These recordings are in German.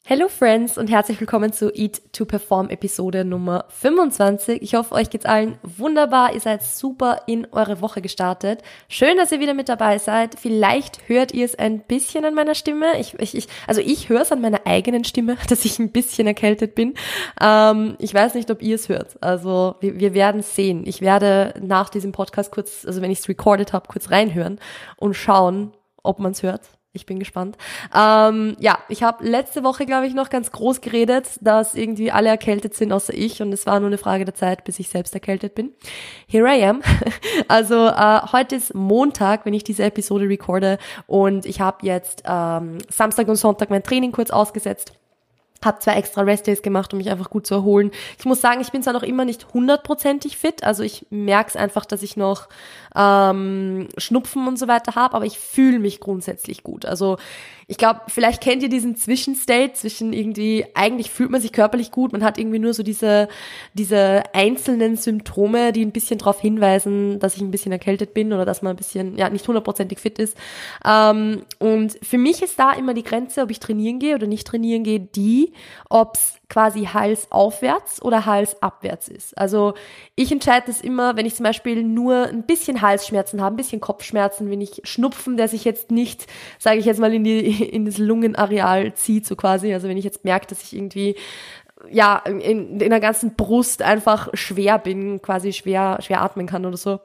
Hello Friends und herzlich willkommen zu Eat to Perform Episode Nummer 25. Ich hoffe, euch geht's allen wunderbar. Ihr seid super in eure Woche gestartet. Schön, dass ihr wieder mit dabei seid. Vielleicht hört ihr es ein bisschen an meiner Stimme. Ich höre es an meiner eigenen Stimme, dass ich ein bisschen erkältet bin. Ich weiß nicht, ob ihr es hört. Also wir werden sehen. Ich werde nach diesem Podcast kurz, also wenn ich es recorded habe, kurz reinhören und schauen, ob man es hört. Ich bin gespannt. Ich habe letzte Woche, glaube ich, noch ganz groß geredet, dass irgendwie alle erkältet sind, außer ich. Und es war nur eine Frage der Zeit, bis ich selbst erkältet bin. Here I am. Also heute ist Montag, wenn ich diese Episode recorde. Und ich habe jetzt Samstag und Sonntag mein Training kurz ausgesetzt. Habe 2 extra Restdays gemacht, um mich einfach gut zu erholen. Ich muss sagen, ich bin zwar noch immer nicht 100%ig fit, also ich merke es einfach, dass ich noch Schnupfen und so weiter habe, aber ich fühle mich grundsätzlich gut. Also ich glaube, vielleicht kennt ihr diesen Zwischenstate zwischen irgendwie, eigentlich fühlt man sich körperlich gut, man hat irgendwie nur so diese einzelnen Symptome, die ein bisschen darauf hinweisen, dass ich ein bisschen erkältet bin oder dass man ein bisschen, nicht 100%ig fit ist. Und für mich ist da immer die Grenze, ob ich trainieren gehe oder nicht trainieren gehe, ob's quasi halsaufwärts oder halsabwärts ist. Also ich entscheide das immer, wenn ich zum Beispiel nur ein bisschen Halsschmerzen habe, ein bisschen Kopfschmerzen, wenn ich Schnupfen, der sich jetzt nicht, sage ich jetzt mal, in das Lungenareal zieht, so quasi. Also wenn ich jetzt merke, dass ich irgendwie in der ganzen Brust einfach schwer bin, quasi schwer atmen kann oder so.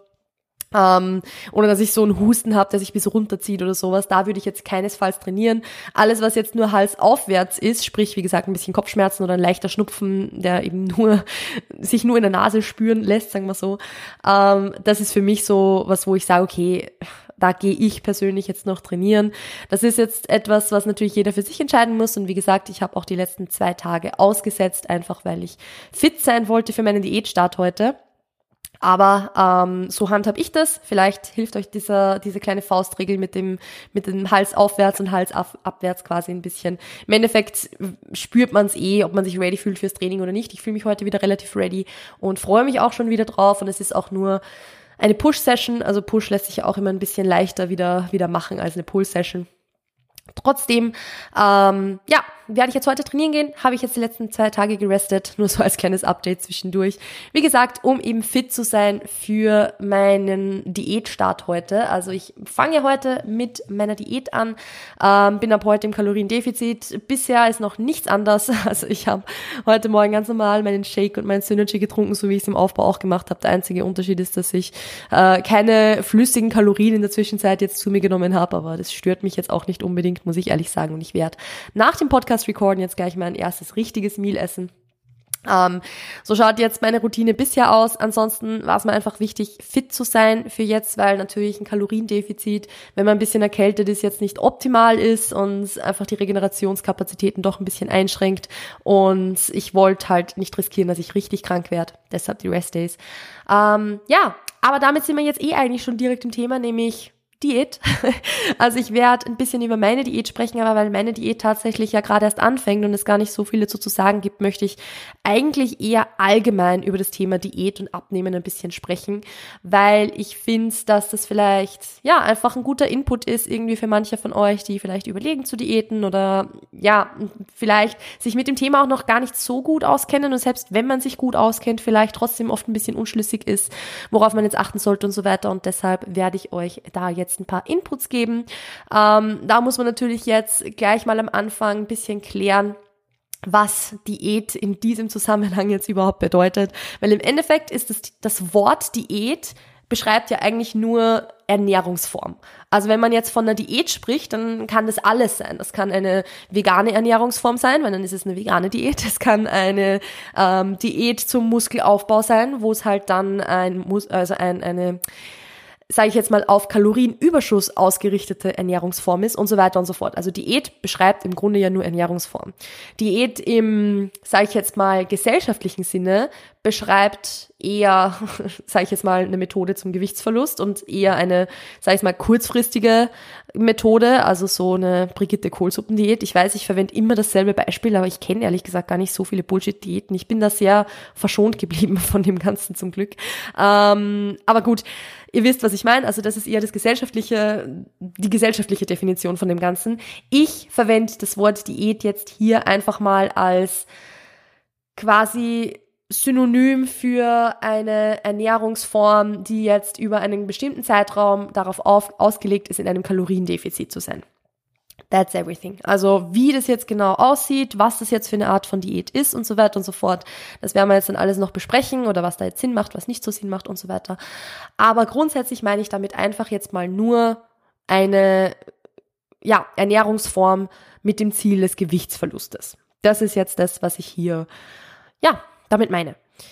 Oder dass ich so einen Husten habe, der sich bis runterzieht oder sowas, da würde ich jetzt keinesfalls trainieren. Alles, was jetzt nur halsaufwärts ist, sprich, wie gesagt, ein bisschen Kopfschmerzen oder ein leichter Schnupfen, der eben sich nur in der Nase spüren lässt, sagen wir so, das ist für mich so was, wo ich sage, okay, da gehe ich persönlich jetzt noch trainieren. Das ist jetzt etwas, was natürlich jeder für sich entscheiden muss. Und wie gesagt, ich habe auch die letzten 2 Tage ausgesetzt, einfach weil ich fit sein wollte für meinen Diätstart heute. Aber so handhab ich das. Vielleicht hilft euch diese kleine Faustregel mit dem Hals aufwärts und Hals abwärts quasi ein bisschen. Im Endeffekt spürt man es ob man sich ready fühlt fürs Training oder nicht. Ich fühle mich heute wieder relativ ready und freue mich auch schon wieder drauf. Und es ist auch nur eine Push-Session. Also Push lässt sich ja auch immer ein bisschen leichter wieder machen als eine Pull-Session. Trotzdem, werde ich jetzt heute trainieren gehen, habe ich jetzt die letzten 2 Tage gerestet, nur so als kleines Update zwischendurch. Wie gesagt, um eben fit zu sein für meinen Diätstart heute. Also ich fange heute mit meiner Diät an, bin ab heute im Kaloriendefizit. Bisher ist noch nichts anders. Also ich habe heute Morgen ganz normal meinen Shake und meinen Synergy getrunken, so wie ich es im Aufbau auch gemacht habe. Der einzige Unterschied ist, dass ich keine flüssigen Kalorien in der Zwischenzeit jetzt zu mir genommen habe, aber das stört mich jetzt auch nicht unbedingt, muss ich ehrlich sagen. Und ich werde nach dem Podcast recorden jetzt gleich mein erstes richtiges Meal essen. So schaut jetzt meine Routine bisher aus. Ansonsten war es mir einfach wichtig, fit zu sein für jetzt, weil natürlich ein Kaloriendefizit, wenn man ein bisschen erkältet ist, jetzt nicht optimal ist und einfach die Regenerationskapazitäten doch ein bisschen einschränkt. Und ich wollte halt nicht riskieren, dass ich richtig krank werde. Deshalb die Restdays. Aber damit sind wir jetzt eigentlich schon direkt im Thema, nämlich Diät. Also ich werde ein bisschen über meine Diät sprechen, aber weil meine Diät tatsächlich ja gerade erst anfängt und es gar nicht so viel dazu zu sagen gibt, möchte ich eigentlich eher allgemein über das Thema Diät und Abnehmen ein bisschen sprechen, weil ich finde, dass das vielleicht einfach ein guter Input ist irgendwie für manche von euch, die vielleicht überlegen zu Diäten oder vielleicht sich mit dem Thema auch noch gar nicht so gut auskennen und selbst wenn man sich gut auskennt, vielleicht trotzdem oft ein bisschen unschlüssig ist, worauf man jetzt achten sollte und so weiter, und deshalb werde ich euch da jetzt ein paar Inputs geben. Da muss man natürlich jetzt gleich mal am Anfang ein bisschen klären, was Diät in diesem Zusammenhang jetzt überhaupt bedeutet, weil im Endeffekt ist das Wort Diät beschreibt ja eigentlich nur Ernährungsform. Also wenn man jetzt von einer Diät spricht, dann kann das alles sein. Das kann eine vegane Ernährungsform sein, weil dann ist es eine vegane Diät. Es kann eine Diät zum Muskelaufbau sein, wo es halt dann eine sage ich jetzt mal, auf Kalorienüberschuss ausgerichtete Ernährungsform ist und so weiter und so fort. Also Diät beschreibt im Grunde ja nur Ernährungsform. Diät im, sage ich jetzt mal, gesellschaftlichen Sinne beschreibt eher, sage ich jetzt mal, eine Methode zum Gewichtsverlust und eher eine, sage ich mal, kurzfristige Methode, also so eine Brigitte-Kohlsuppen-Diät. Ich weiß, ich verwende immer dasselbe Beispiel, aber ich kenne ehrlich gesagt gar nicht so viele Bullshit-Diäten. Ich bin da sehr verschont geblieben von dem Ganzen zum Glück. Aber gut, ihr wisst, was ich meine. Also das ist eher die gesellschaftliche Definition von dem Ganzen. Ich verwende das Wort Diät jetzt hier einfach mal als quasi Synonym für eine Ernährungsform, die jetzt über einen bestimmten Zeitraum darauf ausgelegt ist, in einem Kaloriendefizit zu sein. That's everything. Also wie das jetzt genau aussieht, was das jetzt für eine Art von Diät ist und so weiter und so fort, das werden wir jetzt dann alles noch besprechen oder was da jetzt Sinn macht, was nicht so Sinn macht und so weiter. Aber grundsätzlich meine ich damit einfach jetzt mal nur eine Ernährungsform mit dem Ziel des Gewichtsverlustes. Das ist jetzt das, was ich hier damit meine.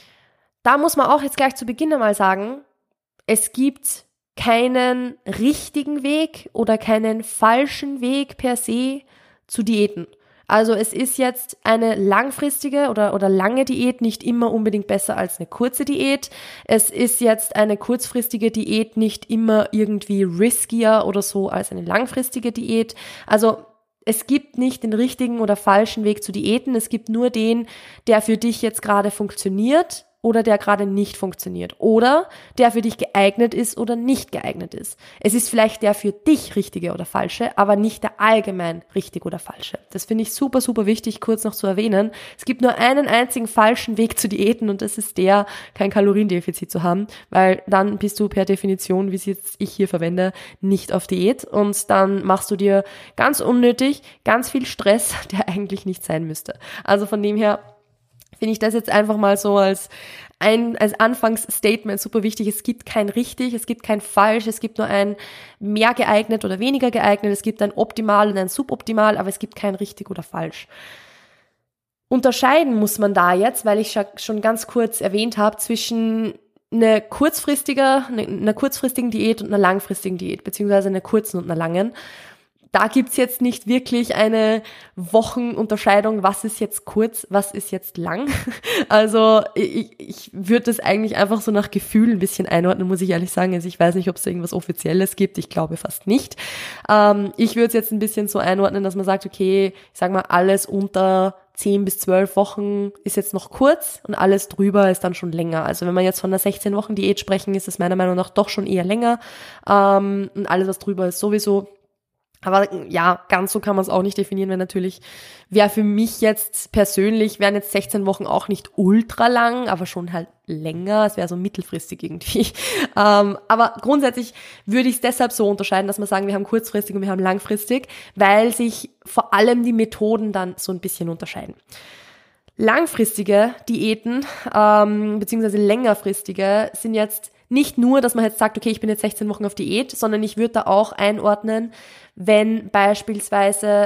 Da muss man auch jetzt gleich zu Beginn einmal sagen, es gibt keinen richtigen Weg oder keinen falschen Weg per se zu Diäten. Also es ist jetzt eine langfristige oder lange Diät nicht immer unbedingt besser als eine kurze Diät. Es ist jetzt eine kurzfristige Diät nicht immer irgendwie riskier oder so als eine langfristige Diät. Also es gibt nicht den richtigen oder falschen Weg zu Diäten. Es gibt nur den, der für dich jetzt gerade funktioniert oder der gerade nicht funktioniert oder der für dich geeignet ist oder nicht geeignet ist. Es ist vielleicht der für dich richtige oder falsche, aber nicht der allgemein richtig oder falsche. Das finde ich super, super wichtig, kurz noch zu erwähnen. Es gibt nur einen einzigen falschen Weg zu Diäten und das ist der, kein Kaloriendefizit zu haben, weil dann bist du per Definition, wie es jetzt ich hier verwende, nicht auf Diät und dann machst du dir ganz unnötig ganz viel Stress, der eigentlich nicht sein müsste. Also von dem her finde ich das jetzt einfach mal so als Anfangsstatement super wichtig. Es gibt kein richtig, es gibt kein falsch, es gibt nur ein mehr geeignet oder weniger geeignet, es gibt ein optimal und ein suboptimal, aber es gibt kein richtig oder falsch. Unterscheiden muss man da jetzt, weil ich schon ganz kurz erwähnt habe, zwischen einer kurzfristigen Diät und einer langfristigen Diät, beziehungsweise einer kurzen und einer langen. Da gibt's jetzt nicht wirklich eine Wochenunterscheidung, was ist jetzt kurz, was ist jetzt lang. Also ich würde das eigentlich einfach so nach Gefühl ein bisschen einordnen, muss ich ehrlich sagen. Also ich weiß nicht, ob es irgendwas Offizielles gibt, ich glaube fast nicht. Ich würde es jetzt ein bisschen so einordnen, dass man sagt, okay, ich sag mal, alles unter 10 bis 12 Wochen ist jetzt noch kurz und alles drüber ist dann schon länger. Also wenn wir jetzt von einer 16-Wochen-Diät sprechen, ist es meiner Meinung nach doch schon eher länger. Und alles, was drüber ist, sowieso. Aber ja, ganz so kann man es auch nicht definieren, weil natürlich wäre für mich jetzt persönlich, wären jetzt 16 Wochen auch nicht ultra lang, aber schon halt länger, es wäre so mittelfristig irgendwie. Aber grundsätzlich würde ich es deshalb so unterscheiden, dass wir sagen, wir haben kurzfristig und wir haben langfristig, weil sich vor allem die Methoden dann so ein bisschen unterscheiden. Langfristige Diäten, beziehungsweise längerfristige sind jetzt nicht nur, dass man jetzt sagt, okay, ich bin jetzt 16 Wochen auf Diät, sondern ich würde da auch einordnen, wenn beispielsweise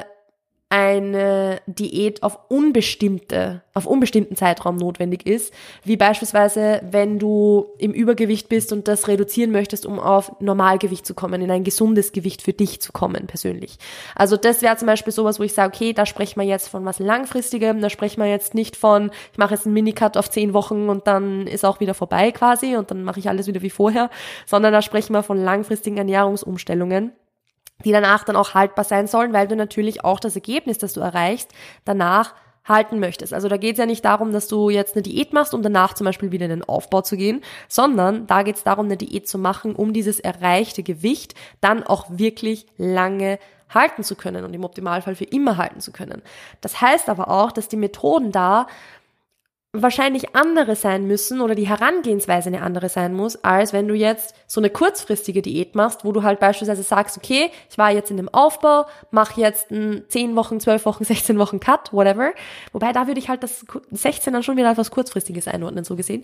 eine Diät auf unbestimmten Zeitraum notwendig ist, wie beispielsweise, wenn du im Übergewicht bist und das reduzieren möchtest, um auf Normalgewicht zu kommen, in ein gesundes Gewicht für dich zu kommen, persönlich. Also das wäre zum Beispiel sowas, wo ich sage, okay, da sprechen wir jetzt von was Langfristigem, da sprechen wir jetzt nicht von, ich mache jetzt einen Minicut auf 10 Wochen und dann ist auch wieder vorbei quasi und dann mache ich alles wieder wie vorher, sondern da sprechen wir von langfristigen Ernährungsumstellungen, die danach dann auch haltbar sein sollen, weil du natürlich auch das Ergebnis, das du erreichst, danach halten möchtest. Also da geht es ja nicht darum, dass du jetzt eine Diät machst, um danach zum Beispiel wieder in den Aufbau zu gehen, sondern da geht es darum, eine Diät zu machen, um dieses erreichte Gewicht dann auch wirklich lange halten zu können und im Optimalfall für immer halten zu können. Das heißt aber auch, dass die Methoden da wahrscheinlich andere sein müssen oder die Herangehensweise eine andere sein muss, als wenn du jetzt so eine kurzfristige Diät machst, wo du halt beispielsweise sagst, okay, ich war jetzt in dem Aufbau, mache jetzt einen 10 Wochen, 12 Wochen, 16 Wochen Cut, whatever. Wobei da würde ich halt das 16 dann schon wieder etwas Kurzfristiges einordnen, so gesehen.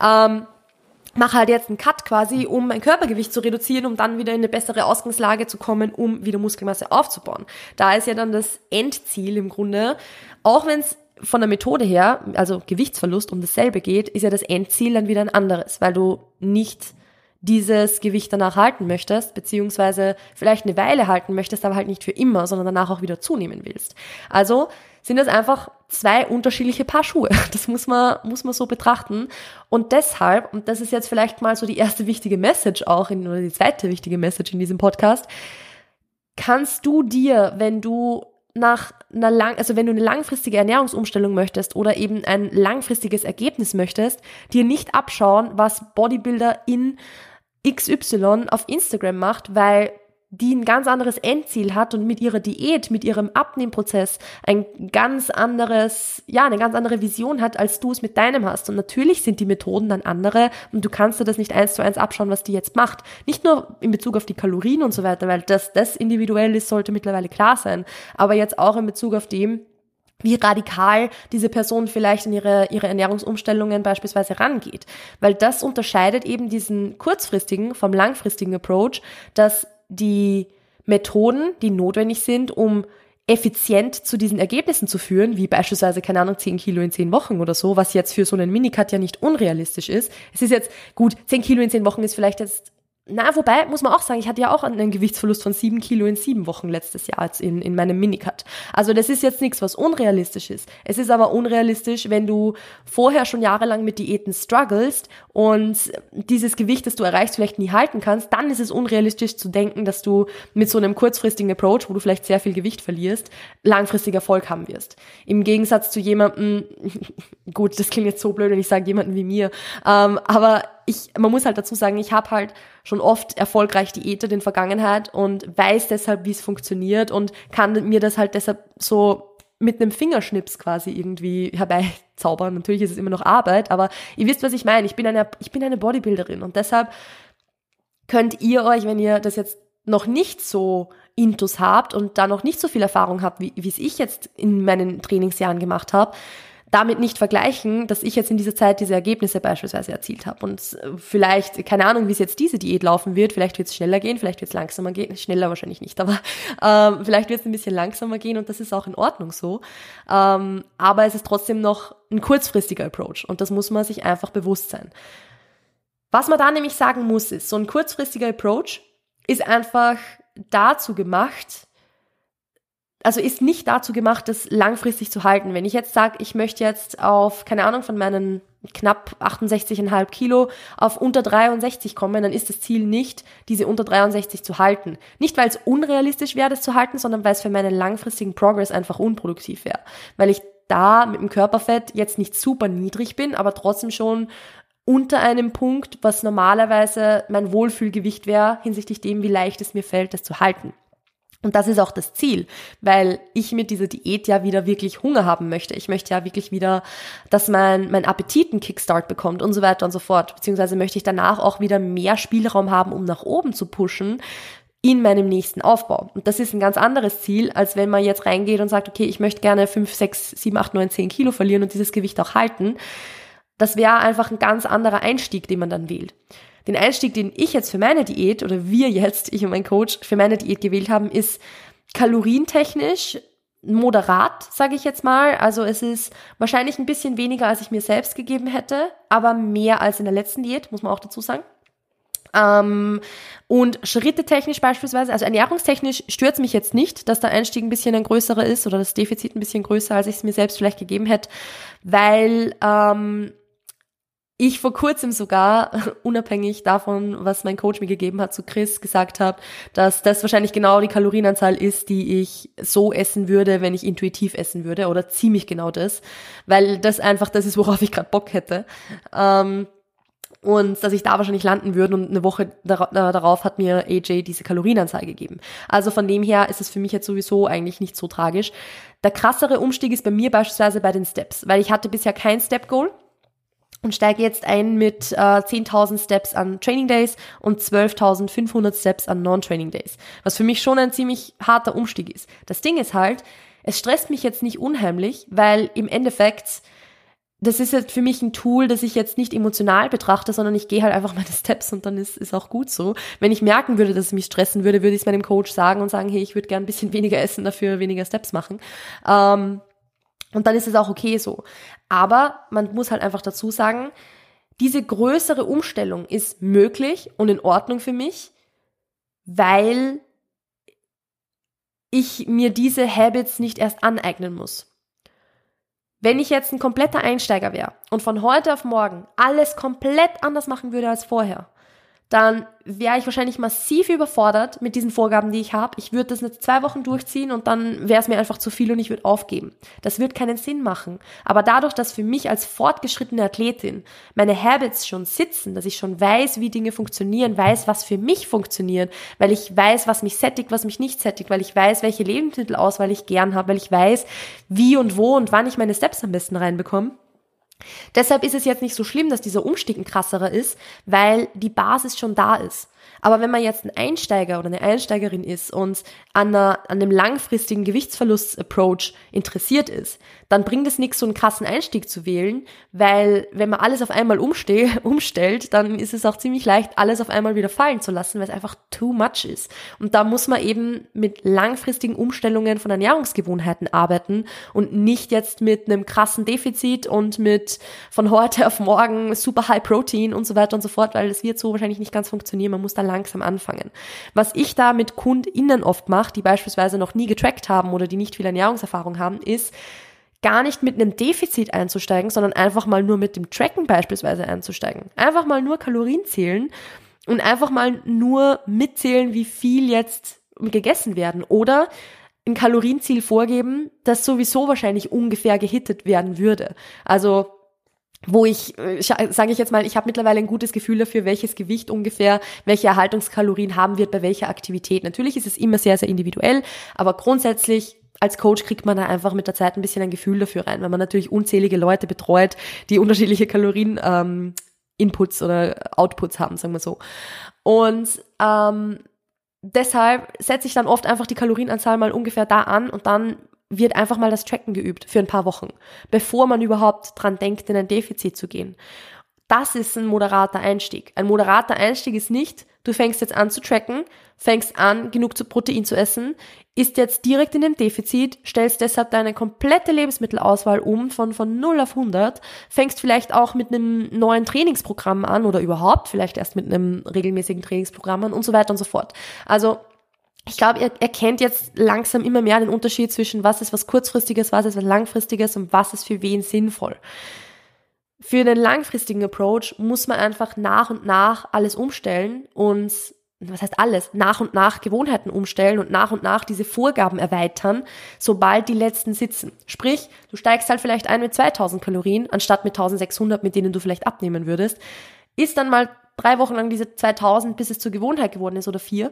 Mache halt jetzt einen Cut quasi, um mein Körpergewicht zu reduzieren, um dann wieder in eine bessere Ausgangslage zu kommen, um wieder Muskelmasse aufzubauen. Da ist ja dann das Endziel im Grunde, auch wenn es von der Methode her, also Gewichtsverlust, um dasselbe geht, ist ja das Endziel dann wieder ein anderes, weil du nicht dieses Gewicht danach halten möchtest, beziehungsweise vielleicht eine Weile halten möchtest, aber halt nicht für immer, sondern danach auch wieder zunehmen willst. Also sind das einfach 2 unterschiedliche Paar Schuhe. Das muss man so betrachten. Und deshalb, und das ist jetzt vielleicht mal so die erste wichtige Message auch, oder die zweite wichtige Message in diesem Podcast, kannst du dir, wenn du wenn du eine langfristige Ernährungsumstellung möchtest oder eben ein langfristiges Ergebnis möchtest, dir nicht abschauen, was Bodybuilder in XY auf Instagram macht, weil die ein ganz anderes Endziel hat und mit ihrer Diät, mit ihrem Abnehmprozess eine ganz andere Vision hat, als du es mit deinem hast. Und natürlich sind die Methoden dann andere und du kannst dir das nicht 1:1 abschauen, was die jetzt macht. Nicht nur in Bezug auf die Kalorien und so weiter, weil das individuell ist, sollte mittlerweile klar sein, aber jetzt auch in Bezug auf dem, wie radikal diese Person vielleicht in ihre Ernährungsumstellungen beispielsweise rangeht. Weil das unterscheidet eben diesen kurzfristigen vom langfristigen Approach, dass die Methoden, die notwendig sind, um effizient zu diesen Ergebnissen zu führen, wie beispielsweise, 10 Kilo in 10 Wochen oder so, was jetzt für so einen Minicut ja nicht unrealistisch ist. Es ist jetzt, gut, 10 Kilo in 10 Wochen ist vielleicht jetzt, wobei, muss man auch sagen, ich hatte ja auch einen Gewichtsverlust von 7 Kilo in 7 Wochen letztes Jahr jetzt in meinem Minicut. Also das ist jetzt nichts, was unrealistisch ist. Es ist aber unrealistisch, wenn du vorher schon jahrelang mit Diäten strugglest und dieses Gewicht, das du erreichst, vielleicht nie halten kannst, dann ist es unrealistisch zu denken, dass du mit so einem kurzfristigen Approach, wo du vielleicht sehr viel Gewicht verlierst, langfristig Erfolg haben wirst. Im Gegensatz zu jemandem, gut, das klingt jetzt so blöd, wenn ich sage jemanden wie mir, aber man muss halt dazu sagen, ich habe halt schon oft erfolgreich diätet in der Vergangenheit und weiß deshalb, wie es funktioniert und kann mir das halt deshalb so mit einem Fingerschnips quasi irgendwie herbeizaubern. Natürlich ist es immer noch Arbeit, aber ihr wisst, was ich meine. Ich bin eine Bodybuilderin und deshalb könnt ihr euch, wenn ihr das jetzt noch nicht so intus habt und da noch nicht so viel Erfahrung habt, wie es ich jetzt in meinen Trainingsjahren gemacht habe, damit nicht vergleichen, dass ich jetzt in dieser Zeit diese Ergebnisse beispielsweise erzielt habe. Und vielleicht, keine Ahnung, wie es jetzt diese Diät laufen wird, vielleicht wird es schneller gehen, vielleicht wird es langsamer gehen, schneller wahrscheinlich nicht, aber vielleicht wird es ein bisschen langsamer gehen und das ist auch in Ordnung so. Aber es ist trotzdem noch ein kurzfristiger Approach und das muss man sich einfach bewusst sein. Was man da nämlich sagen muss, ist, so ein kurzfristiger Approach ist einfach ist nicht dazu gemacht, das langfristig zu halten. Wenn ich jetzt sage, ich möchte jetzt auf, von meinen knapp 68,5 Kilo auf unter 63 kommen, dann ist das Ziel nicht, diese unter 63 zu halten. Nicht, weil es unrealistisch wäre, das zu halten, sondern weil es für meinen langfristigen Progress einfach unproduktiv wäre. Weil ich da mit dem Körperfett jetzt nicht super niedrig bin, aber trotzdem schon unter einem Punkt, was normalerweise mein Wohlfühlgewicht wäre, hinsichtlich dem, wie leicht es mir fällt, das zu halten. Und das ist auch das Ziel, weil ich mit dieser Diät ja wieder wirklich Hunger haben möchte. Ich möchte ja wirklich wieder, dass mein Appetit einen Kickstart bekommt und so weiter und so fort. Beziehungsweise möchte ich danach auch wieder mehr Spielraum haben, um nach oben zu pushen in meinem nächsten Aufbau. Und das ist ein ganz anderes Ziel, als wenn man jetzt reingeht und sagt, okay, ich möchte gerne 5, 6, 7, 8, 9, 10 Kilo verlieren und dieses Gewicht auch halten. Das wäre einfach ein ganz anderer Einstieg, den man dann wählt. Den Einstieg, den ich jetzt für meine Diät oder wir jetzt, ich und mein Coach, für meine Diät gewählt haben, ist kalorientechnisch moderat, sage ich jetzt mal. Also es ist wahrscheinlich ein bisschen weniger, als ich mir selbst gegeben hätte, aber mehr als in der letzten Diät, muss man auch dazu sagen. Und schrittetechnisch beispielsweise, also ernährungstechnisch stört es mich jetzt nicht, dass der Einstieg ein bisschen ein größerer ist oder das Defizit ein bisschen größer, als ich es mir selbst vielleicht gegeben hätte, weil ich vor kurzem sogar, unabhängig davon, was mein Coach mir gegeben hat, zu Chris gesagt habe, dass das wahrscheinlich genau die Kalorienanzahl ist, die ich so essen würde, wenn ich intuitiv essen würde, oder ziemlich genau das, weil das einfach das ist, worauf ich gerade Bock hätte. Und dass ich da wahrscheinlich landen würde und eine Woche darauf hat mir AJ diese Kalorienanzahl gegeben. Also von dem her ist es für mich jetzt sowieso eigentlich nicht so tragisch. Der krassere Umstieg ist bei mir beispielsweise bei den Steps, weil ich hatte bisher kein Step-Goal. Und steige jetzt ein mit 10.000 Steps an Training Days und 12.500 Steps an Non-Training Days. Was für mich schon ein ziemlich harter Umstieg ist. Das Ding ist halt, es stresst mich jetzt nicht unheimlich, weil im Endeffekt, das ist jetzt für mich ein Tool, das ich jetzt nicht emotional betrachte, sondern ich gehe halt einfach meine Steps und dann ist auch gut so. Wenn ich merken würde, dass es mich stressen würde, würde ich es meinem Coach sagen und sagen, hey, ich würde gern ein bisschen weniger essen, dafür weniger Steps machen. Und dann ist es auch okay so. Aber man muss halt einfach dazu sagen, diese größere Umstellung ist möglich und in Ordnung für mich, weil ich mir diese Habits nicht erst aneignen muss. Wenn ich jetzt ein kompletter Einsteiger wäre und von heute auf morgen alles komplett anders machen würde als vorher, dann wäre ich wahrscheinlich massiv überfordert mit diesen Vorgaben, die ich habe. Ich würde das jetzt 2 Wochen durchziehen und dann wäre es mir einfach zu viel und ich würde aufgeben. Das wird keinen Sinn machen. Aber dadurch, dass für mich als fortgeschrittene Athletin meine Habits schon sitzen, dass ich schon weiß, wie Dinge funktionieren, weiß, was für mich funktioniert, weil ich weiß, was mich sättigt, was mich nicht sättigt, weil ich weiß, welche Lebensmittelauswahl ich gern habe, weil ich weiß, wie und wo und wann ich meine Steps am besten reinbekomme. Deshalb ist es jetzt nicht so schlimm, dass dieser Umstieg ein krasserer ist, weil die Basis schon da ist. Aber wenn man jetzt ein Einsteiger oder eine Einsteigerin ist und an einem langfristigen Gewichtsverlust-Approach interessiert ist, dann bringt es nichts, so einen krassen Einstieg zu wählen, weil wenn man alles auf einmal umstellt, dann ist es auch ziemlich leicht, alles auf einmal wieder fallen zu lassen, weil es einfach too much ist. Und da muss man eben mit langfristigen Umstellungen von Ernährungsgewohnheiten arbeiten und nicht jetzt mit einem krassen Defizit und mit von heute auf morgen super High Protein und so weiter und so fort, weil das wird so wahrscheinlich nicht ganz funktionieren. Man muss da langsam anfangen. Was ich da mit KundInnen oft mache, die beispielsweise noch nie getrackt haben oder die nicht viel Ernährungserfahrung haben, ist, gar nicht mit einem Defizit einzusteigen, sondern einfach mal nur mit dem Tracken beispielsweise einzusteigen. Einfach mal nur Kalorien zählen und einfach mal nur mitzählen, wie viel jetzt gegessen werden oder ein Kalorienziel vorgeben, das sowieso wahrscheinlich ungefähr gehittet werden würde. Also wo sage ich jetzt mal, ich habe mittlerweile ein gutes Gefühl dafür, welches Gewicht ungefähr, welche Erhaltungskalorien haben wird bei welcher Aktivität. Natürlich ist es immer sehr, sehr individuell, aber grundsätzlich als Coach kriegt man da einfach mit der Zeit ein bisschen ein Gefühl dafür rein, weil man natürlich unzählige Leute betreut, die unterschiedliche Kalorien Inputs oder Outputs haben, sagen wir so. Und deshalb setze ich dann oft einfach die Kalorienanzahl mal ungefähr da an und dann wird einfach mal das Tracken geübt für ein paar Wochen, bevor man überhaupt dran denkt, in ein Defizit zu gehen. Das ist ein moderater Einstieg. Ein moderater Einstieg ist nicht, du fängst jetzt an zu tracken, fängst an, genug Protein zu essen, ist jetzt direkt in dem Defizit, stellst deshalb deine komplette Lebensmittelauswahl um von 0 auf 100, fängst vielleicht auch mit einem neuen Trainingsprogramm an oder überhaupt vielleicht erst mit einem regelmäßigen Trainingsprogramm an und so weiter und so fort. Also ich glaube, ihr erkennt jetzt langsam immer mehr den Unterschied zwischen was ist was Kurzfristiges, was ist was Langfristiges und was ist für wen sinnvoll. Für den langfristigen Approach muss man einfach nach und nach alles umstellen und, was heißt alles, nach und nach Gewohnheiten umstellen und nach diese Vorgaben erweitern, sobald die letzten sitzen. Sprich, du steigst halt vielleicht ein mit 2000 Kalorien, anstatt mit 1600, mit denen du vielleicht abnehmen würdest, isst dann mal 3 Wochen lang diese 2000, bis es zur Gewohnheit geworden ist oder 4.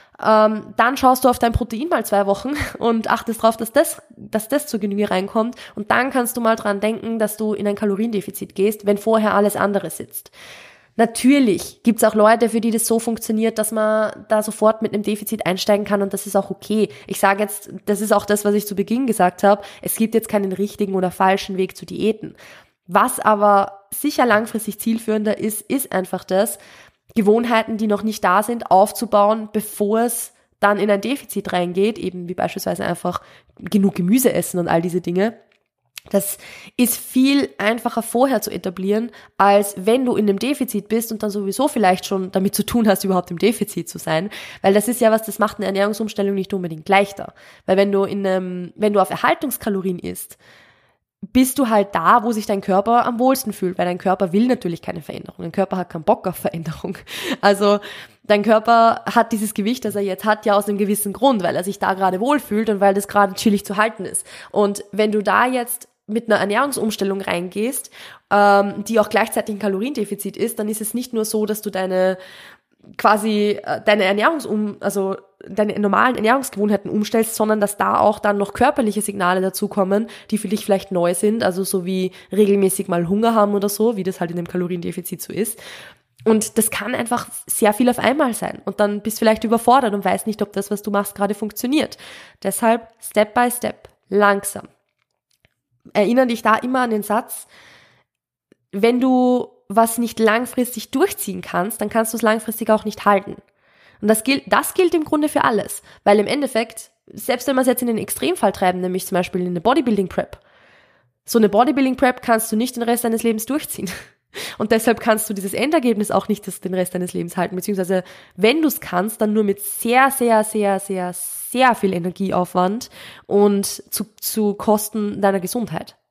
Dann schaust du auf dein Protein mal 2 Wochen und achtest darauf, dass das zur Genüge reinkommt. Und dann kannst du mal dran denken, dass du in ein Kaloriendefizit gehst, wenn vorher alles andere sitzt. Natürlich gibt's auch Leute, für die das so funktioniert, dass man da sofort mit einem Defizit einsteigen kann und das ist auch okay. Ich sage jetzt, das ist auch das, was ich zu Beginn gesagt habe, es gibt jetzt keinen richtigen oder falschen Weg zu Diäten. Was aber sicher langfristig zielführender ist einfach das, Gewohnheiten, die noch nicht da sind, aufzubauen, bevor es dann in ein Defizit reingeht, eben wie beispielsweise einfach genug Gemüse essen und all diese Dinge. Das ist viel einfacher vorher zu etablieren, als wenn du in einem Defizit bist und dann sowieso vielleicht schon damit zu tun hast, überhaupt im Defizit zu sein. Weil das ist ja was, das macht eine Ernährungsumstellung nicht unbedingt leichter. Weil wenn du auf Erhaltungskalorien isst, bist du halt da, wo sich dein Körper am wohlsten fühlt, weil dein Körper will natürlich keine Veränderung. Dein Körper hat keinen Bock auf Veränderung. Also dein Körper hat dieses Gewicht, das er jetzt hat, ja aus einem gewissen Grund, weil er sich da gerade wohlfühlt und weil das gerade chillig zu halten ist. Und wenn du da jetzt mit einer Ernährungsumstellung reingehst, die auch gleichzeitig ein Kaloriendefizit ist, dann ist es nicht nur so, dass du deine deine normalen Ernährungsgewohnheiten umstellst, sondern dass da auch dann noch körperliche Signale dazukommen, die für dich vielleicht neu sind, also so wie regelmäßig mal Hunger haben oder so, wie das halt in einem Kaloriendefizit so ist. Und das kann einfach sehr viel auf einmal sein. Und dann bist du vielleicht überfordert und weißt nicht, ob das, was du machst, gerade funktioniert. Deshalb Step by Step, langsam. Erinnere dich da immer an den Satz, wenn du was nicht langfristig durchziehen kannst, dann kannst du es langfristig auch nicht halten. Und das gilt im Grunde für alles. Weil im Endeffekt, selbst wenn wir es jetzt in den Extremfall treiben, nämlich zum Beispiel in eine Bodybuilding-Prep, so eine Bodybuilding-Prep kannst du nicht den Rest deines Lebens durchziehen. Und deshalb kannst du dieses Endergebnis auch nicht den Rest deines Lebens halten, beziehungsweise wenn du es kannst, dann nur mit sehr, sehr, sehr, sehr, sehr viel Energieaufwand und zu Kosten deiner Gesundheit.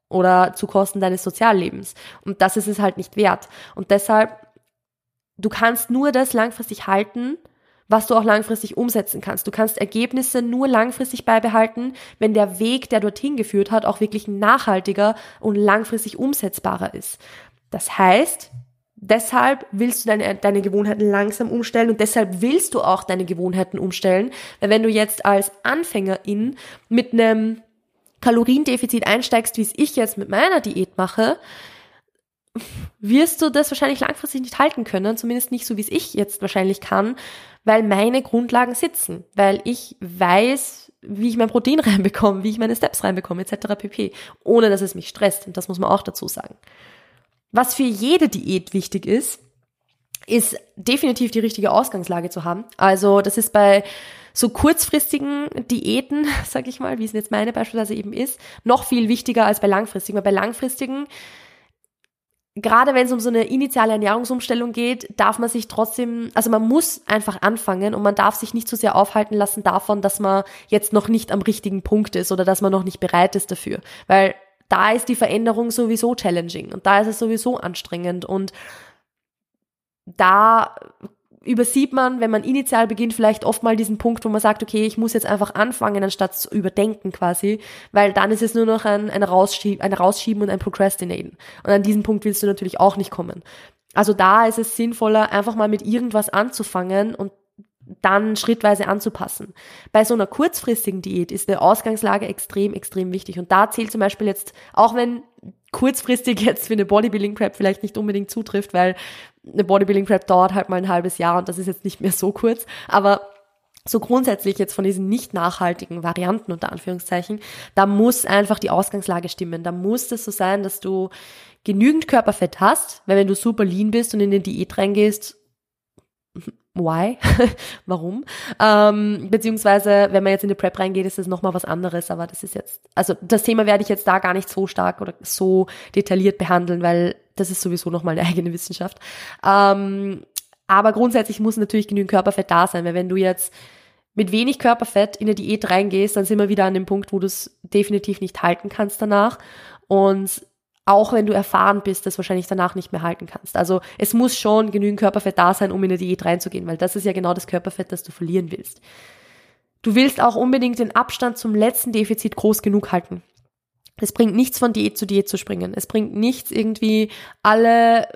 oder zu Kosten deines Soziallebens. Und das ist es halt nicht wert. Und deshalb, du kannst nur das langfristig halten, was du auch langfristig umsetzen kannst. Du kannst Ergebnisse nur langfristig beibehalten, wenn der Weg, der dorthin geführt hat, auch wirklich nachhaltiger und langfristig umsetzbarer ist. Das heißt, deshalb willst du deine Gewohnheiten langsam umstellen und deshalb willst du auch deine Gewohnheiten umstellen, weil wenn du jetzt als Anfängerin mit einem Kaloriendefizit einsteigst, wie es ich jetzt mit meiner Diät mache, wirst du das wahrscheinlich langfristig nicht halten können, zumindest nicht so, wie es ich jetzt wahrscheinlich kann, weil meine Grundlagen sitzen, weil ich weiß, wie ich mein Protein reinbekomme, wie ich meine Steps reinbekomme, etc. pp., ohne dass es mich stresst, und das muss man auch dazu sagen. Was für jede Diät wichtig ist definitiv die richtige Ausgangslage zu haben. Also das ist bei so kurzfristigen Diäten, sag ich mal, wie es jetzt meine beispielsweise eben ist, noch viel wichtiger als bei langfristigen, weil bei langfristigen, gerade wenn es um so eine initiale Ernährungsumstellung geht, darf man sich trotzdem, also man muss einfach anfangen und man darf sich nicht so sehr aufhalten lassen davon, dass man jetzt noch nicht am richtigen Punkt ist oder dass man noch nicht bereit ist dafür, weil da ist die Veränderung sowieso challenging und da ist es sowieso anstrengend und da übersieht man, wenn man initial beginnt, vielleicht oft mal diesen Punkt, wo man sagt, okay, ich muss jetzt einfach anfangen, anstatt zu überdenken quasi, weil dann ist es nur noch ein Rausschieben und ein Procrastinaten. Und an diesen Punkt willst du natürlich auch nicht kommen. Also da ist es sinnvoller, einfach mal mit irgendwas anzufangen und dann schrittweise anzupassen. Bei so einer kurzfristigen Diät ist eine Ausgangslage extrem, extrem wichtig. Und da zählt zum Beispiel jetzt, auch wenn kurzfristig jetzt für eine Bodybuilding Prep vielleicht nicht unbedingt zutrifft, weil eine Bodybuilding Prep dauert halt mal ein halbes Jahr und das ist jetzt nicht mehr so kurz, aber so grundsätzlich jetzt von diesen nicht nachhaltigen Varianten unter Anführungszeichen, da muss einfach die Ausgangslage stimmen. Da muss es so sein, dass du genügend Körperfett hast, weil wenn du super lean bist und in eine Diät reingehst, why? Warum? Beziehungsweise, wenn man jetzt in die Prep reingeht, ist das nochmal was anderes, aber das ist jetzt, also das Thema werde ich jetzt da gar nicht so stark oder so detailliert behandeln, weil das ist sowieso nochmal eine eigene Wissenschaft. Aber grundsätzlich muss natürlich genügend Körperfett da sein, weil wenn du jetzt mit wenig Körperfett in eine Diät reingehst, dann sind wir wieder an dem Punkt, wo du es definitiv nicht halten kannst danach und auch wenn du erfahren bist, das wahrscheinlich danach nicht mehr halten kannst. Also es muss schon genügend Körperfett da sein, um in eine Diät reinzugehen, weil das ist ja genau das Körperfett, das du verlieren willst. Du willst auch unbedingt den Abstand zum letzten Defizit groß genug halten. Es bringt nichts, von Diät zu springen. Es bringt nichts, irgendwie alle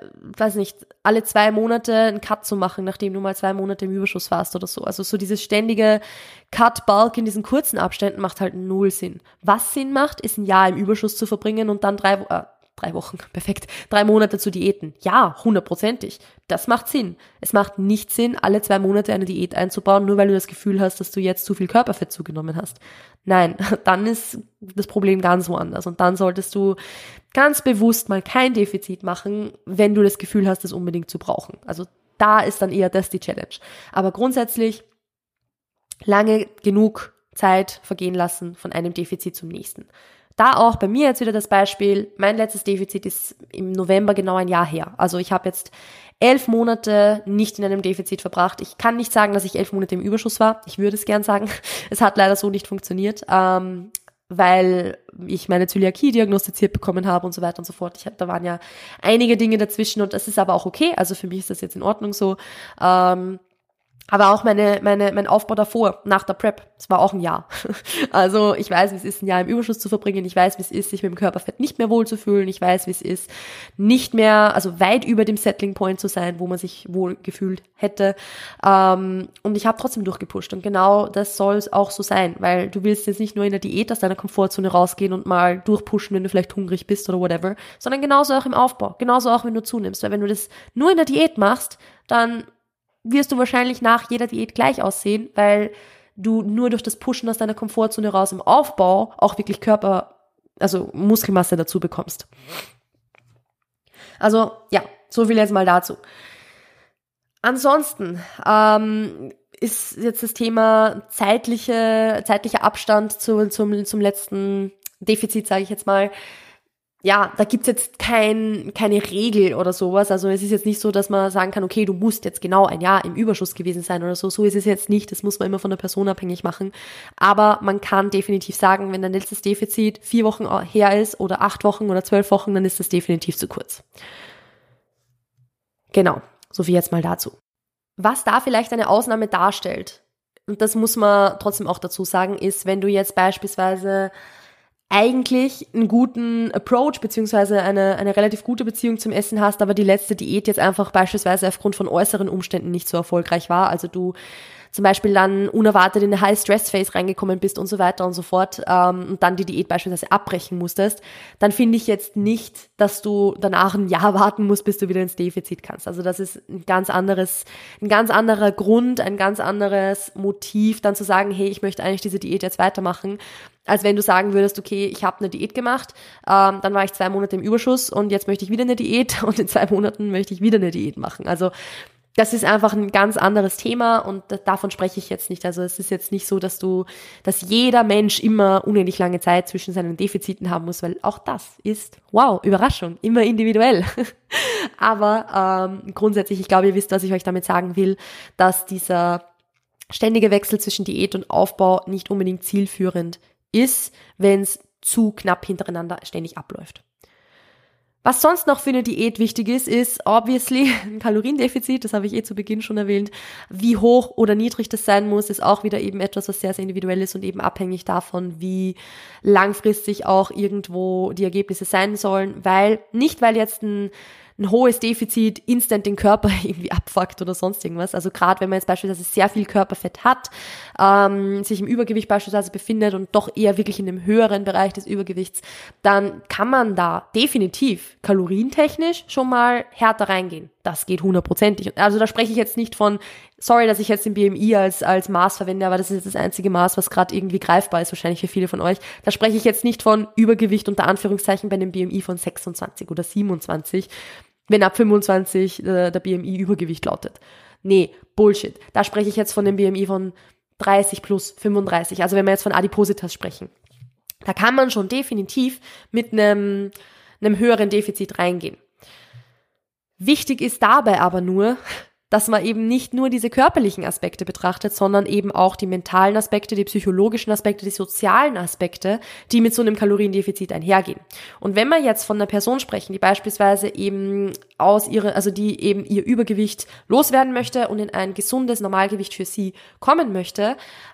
2 Monate einen Cut zu machen, nachdem du mal 2 Monate im Überschuss warst oder so. Also so dieses ständige Cut-Bulk in diesen kurzen Abständen macht halt null Sinn. Was Sinn macht, ist ein Jahr im Überschuss zu verbringen und dann 3 Wochen, perfekt, 3 Monate zu diäten. Ja, 100%. Das macht Sinn. Es macht nicht Sinn, alle 2 Monate eine Diät einzubauen, nur weil du das Gefühl hast, dass du jetzt zu viel Körperfett zugenommen hast. Nein, dann ist das Problem ganz woanders. Und dann solltest du ganz bewusst mal kein Defizit machen, wenn du das Gefühl hast, es unbedingt zu brauchen. Also da ist dann eher das die Challenge. Aber grundsätzlich lange genug Zeit vergehen lassen von einem Defizit zum nächsten. Da auch bei mir jetzt wieder das Beispiel, mein letztes Defizit ist im November genau ein Jahr her. Also ich habe jetzt 11 Monate nicht in einem Defizit verbracht. Ich kann nicht sagen, dass ich 11 Monate im Überschuss war. Ich würde es gern sagen. Es hat leider so nicht funktioniert, weil ich meine Zöliakie diagnostiziert bekommen habe und so weiter und so fort. Da waren ja einige Dinge dazwischen und das ist aber auch okay. Also für mich ist das jetzt in Ordnung so. Aber auch mein Aufbau davor, nach der Prep, das war auch ein Jahr. Also ich weiß, wie es ist, ein Jahr im Überschuss zu verbringen. Ich weiß, wie es ist, sich mit dem Körperfett nicht mehr wohlzufühlen. Ich weiß, wie es ist, nicht mehr, also weit über dem Settling Point zu sein, wo man sich wohl gefühlt hätte. Und ich habe trotzdem durchgepusht. Und genau das soll es auch so sein, weil du willst jetzt nicht nur in der Diät aus deiner Komfortzone rausgehen und mal durchpushen, wenn du vielleicht hungrig bist oder whatever, sondern genauso auch im Aufbau, genauso auch, wenn du zunimmst. Weil wenn du das nur in der Diät machst, dann wirst du wahrscheinlich nach jeder Diät gleich aussehen, weil du nur durch das Pushen aus deiner Komfortzone raus im Aufbau auch wirklich Muskelmasse dazu bekommst. Also ja, so viel jetzt mal dazu. Ansonsten ist jetzt das Thema zeitlicher Abstand zum letzten Defizit, sage ich jetzt mal, ja, da gibt's jetzt keine Regel oder sowas. Also es ist jetzt nicht so, dass man sagen kann, okay, du musst jetzt genau ein Jahr im Überschuss gewesen sein oder so. So ist es jetzt nicht. Das muss man immer von der Person abhängig machen. Aber man kann definitiv sagen, wenn dein letztes Defizit 4 Wochen her ist oder 8 Wochen oder 12 Wochen, dann ist das definitiv zu kurz. Genau, so viel jetzt mal dazu. Was da vielleicht eine Ausnahme darstellt, und das muss man trotzdem auch dazu sagen, ist, wenn du jetzt beispielsweise eigentlich einen guten Approach beziehungsweise eine relativ gute Beziehung zum Essen hast, aber die letzte Diät jetzt einfach beispielsweise aufgrund von äußeren Umständen nicht so erfolgreich war, also du zum Beispiel dann unerwartet in eine High-Stress-Phase reingekommen bist und so weiter und so fort und dann die Diät beispielsweise abbrechen musstest, dann finde ich jetzt nicht, dass du danach ein Jahr warten musst, bis du wieder ins Defizit kannst. Also das ist ein ganz anderer Grund, ein ganz anderes Motiv, dann zu sagen, hey, ich möchte eigentlich diese Diät jetzt weitermachen, als wenn du sagen würdest, okay, ich habe eine Diät gemacht, dann war ich 2 Monate im Überschuss und jetzt möchte ich wieder eine Diät und in 2 Monaten möchte ich wieder eine Diät machen. Also das ist einfach ein ganz anderes Thema und davon spreche ich jetzt nicht. Also es ist jetzt nicht so, dass jeder Mensch immer unendlich lange Zeit zwischen seinen Defiziten haben muss, weil auch das ist, wow, Überraschung, immer individuell. Aber grundsätzlich, ich glaube, ihr wisst, was ich euch damit sagen will, dass dieser ständige Wechsel zwischen Diät und Aufbau nicht unbedingt zielführend ist, wenn es zu knapp hintereinander ständig abläuft. Was sonst noch für eine Diät wichtig ist obviously ein Kaloriendefizit, das habe ich zu Beginn schon erwähnt. Wie hoch oder niedrig das sein muss, ist auch wieder eben etwas, was sehr, sehr individuell ist und eben abhängig davon, wie langfristig auch irgendwo die Ergebnisse sein sollen, weil jetzt ein hohes Defizit instant den Körper irgendwie abfuckt oder sonst irgendwas. Also gerade wenn man jetzt beispielsweise sehr viel Körperfett hat, sich im Übergewicht beispielsweise befindet und doch eher wirklich in dem höheren Bereich des Übergewichts, dann kann man da definitiv kalorientechnisch schon mal härter reingehen. Das geht 100%. Also da spreche ich jetzt nicht von, sorry, dass ich jetzt den BMI als Maß verwende, aber das ist jetzt das einzige Maß, was gerade irgendwie greifbar ist, wahrscheinlich für viele von euch. Da spreche ich jetzt nicht von Übergewicht unter Anführungszeichen bei einem BMI von 26 oder 27, wenn ab 25 der BMI Übergewicht lautet. Nee, Bullshit. Da spreche ich jetzt von dem BMI von 30 plus 35. Also wenn wir jetzt von Adipositas sprechen. Da kann man schon definitiv mit einem höheren Defizit reingehen. Wichtig ist dabei aber nur, dass man eben nicht nur diese körperlichen Aspekte betrachtet, sondern eben auch die mentalen Aspekte, die psychologischen Aspekte, die sozialen Aspekte, die mit so einem Kaloriendefizit einhergehen. Und wenn wir jetzt von einer Person sprechen, die beispielsweise eben die eben ihr Übergewicht loswerden möchte und in ein gesundes Normalgewicht für sie kommen möchte,